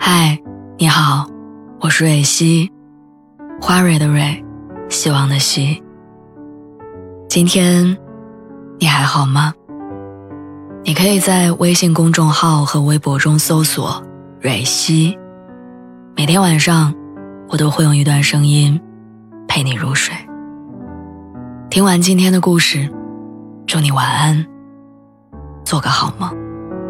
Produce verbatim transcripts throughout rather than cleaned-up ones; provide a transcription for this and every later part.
嗨，你好，我是蕊希，花蕊的蕊，希望的希。今天你还好吗？你可以在微信公众号和微博中搜索蕊希，每天晚上我都会用一段声音陪你入睡。听完今天的故事，祝你晚安，做个好梦。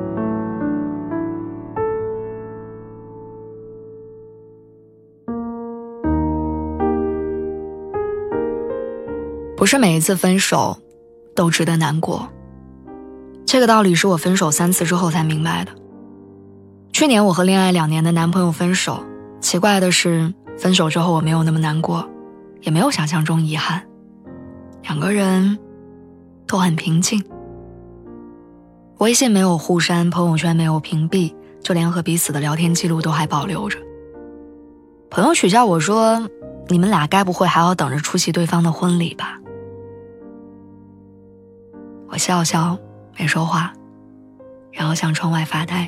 不是每一次分手都值得难过，这个道理是我分手三次之后才明白的。去年我和恋爱两年的男朋友分手，奇怪的是分手之后我没有那么难过，也没有想象中遗憾，两个人都很平静。微信没有互删，朋友圈没有屏蔽，就连和彼此的聊天记录都还保留着。朋友取笑我说，你们俩该不会还要等着出席对方的婚礼吧？我笑笑没说话，然后向窗外发呆。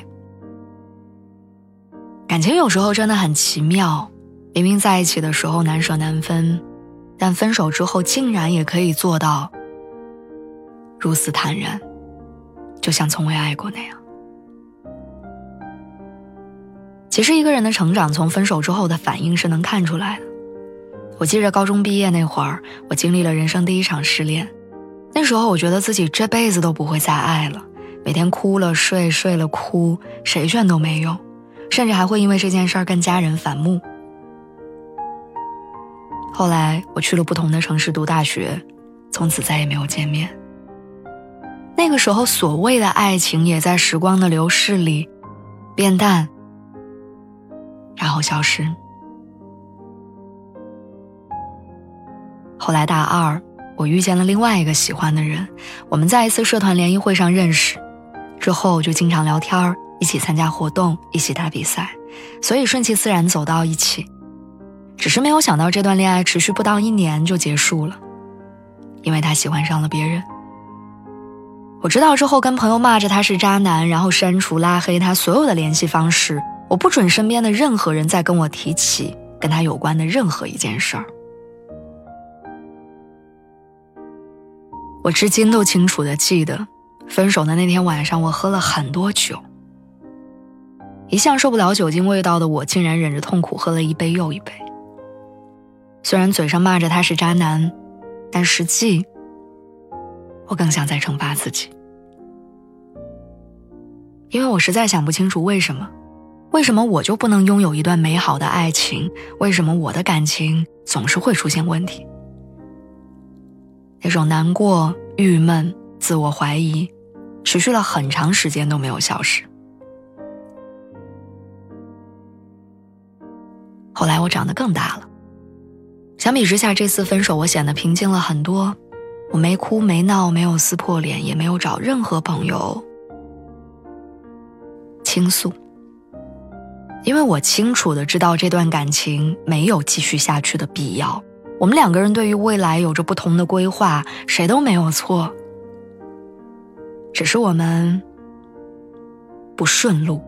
感情有时候真的很奇妙，明明在一起的时候难舍难分，但分手之后竟然也可以做到如此坦然，就像从未爱过那样。其实一个人的成长从分手之后的反应是能看出来的。我记着高中毕业那会儿，我经历了人生第一场失恋。那时候我觉得自己这辈子都不会再爱了，每天哭了睡，睡了哭，谁劝都没用，甚至还会因为这件事儿跟家人反目。后来我去了不同的城市读大学，从此再也没有见面。那个时候所谓的爱情也在时光的流逝里变淡，然后消失。后来大二，我遇见了另外一个喜欢的人，我们在一次社团联谊会上认识，之后就经常聊天，一起参加活动，一起打比赛，所以顺其自然走到一起。只是没有想到这段恋爱持续不到一年就结束了，因为他喜欢上了别人。我知道之后跟朋友骂着他是渣男，然后删除拉黑他所有的联系方式，我不准身边的任何人再跟我提起跟他有关的任何一件事儿。我至今都清楚地记得，分手的那天晚上我喝了很多酒。一向受不了酒精味道的我，竟然忍着痛苦喝了一杯又一杯。虽然嘴上骂着他是渣男，但实际我更像在惩罚自己。因为我实在想不清楚为什么为什么我就不能拥有一段美好的爱情，为什么我的感情总是会出现问题。那种难过、郁闷、自我怀疑持续了很长时间都没有消失。后来我长得更大了，相比之下这次分手我显得平静了很多。我没哭没闹，没有撕破脸，也没有找任何朋友倾诉，因为我清楚地知道这段感情没有继续下去的必要。我们两个人对于未来有着不同的规划，谁都没有错，只是我们不顺路。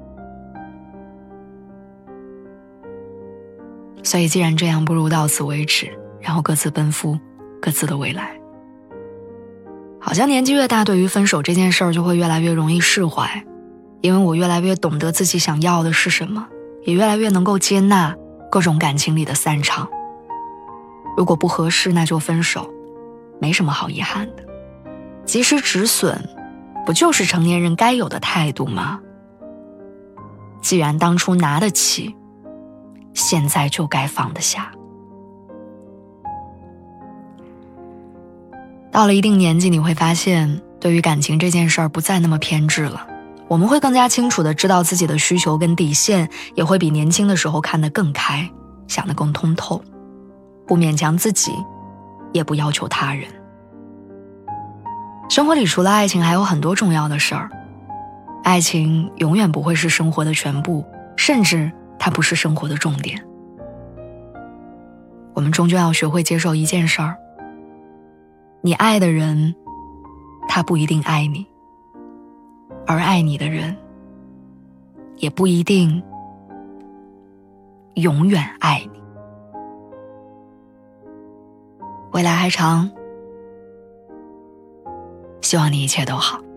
所以既然这样，不如到此为止，然后各自奔赴各自的未来。好像年纪越大，对于分手这件事儿就会越来越容易释怀，因为我越来越懂得自己想要的是什么，也越来越能够接纳各种感情里的散场。如果不合适，那就分手，没什么好遗憾的。及时止损，不就是成年人该有的态度吗？既然当初拿得起，现在就该放得下。到了一定年纪，你会发现，对于感情这件事儿不再那么偏执了。我们会更加清楚地知道自己的需求跟底线，也会比年轻的时候看得更开，想得更通透。不勉强自己，也不要求他人。生活里除了爱情还有很多重要的事儿，爱情永远不会是生活的全部，甚至它不是生活的重点。我们终究要学会接受一件事儿，你爱的人他不一定爱你，而爱你的人也不一定永远爱你。未来还长，希望你一切都好。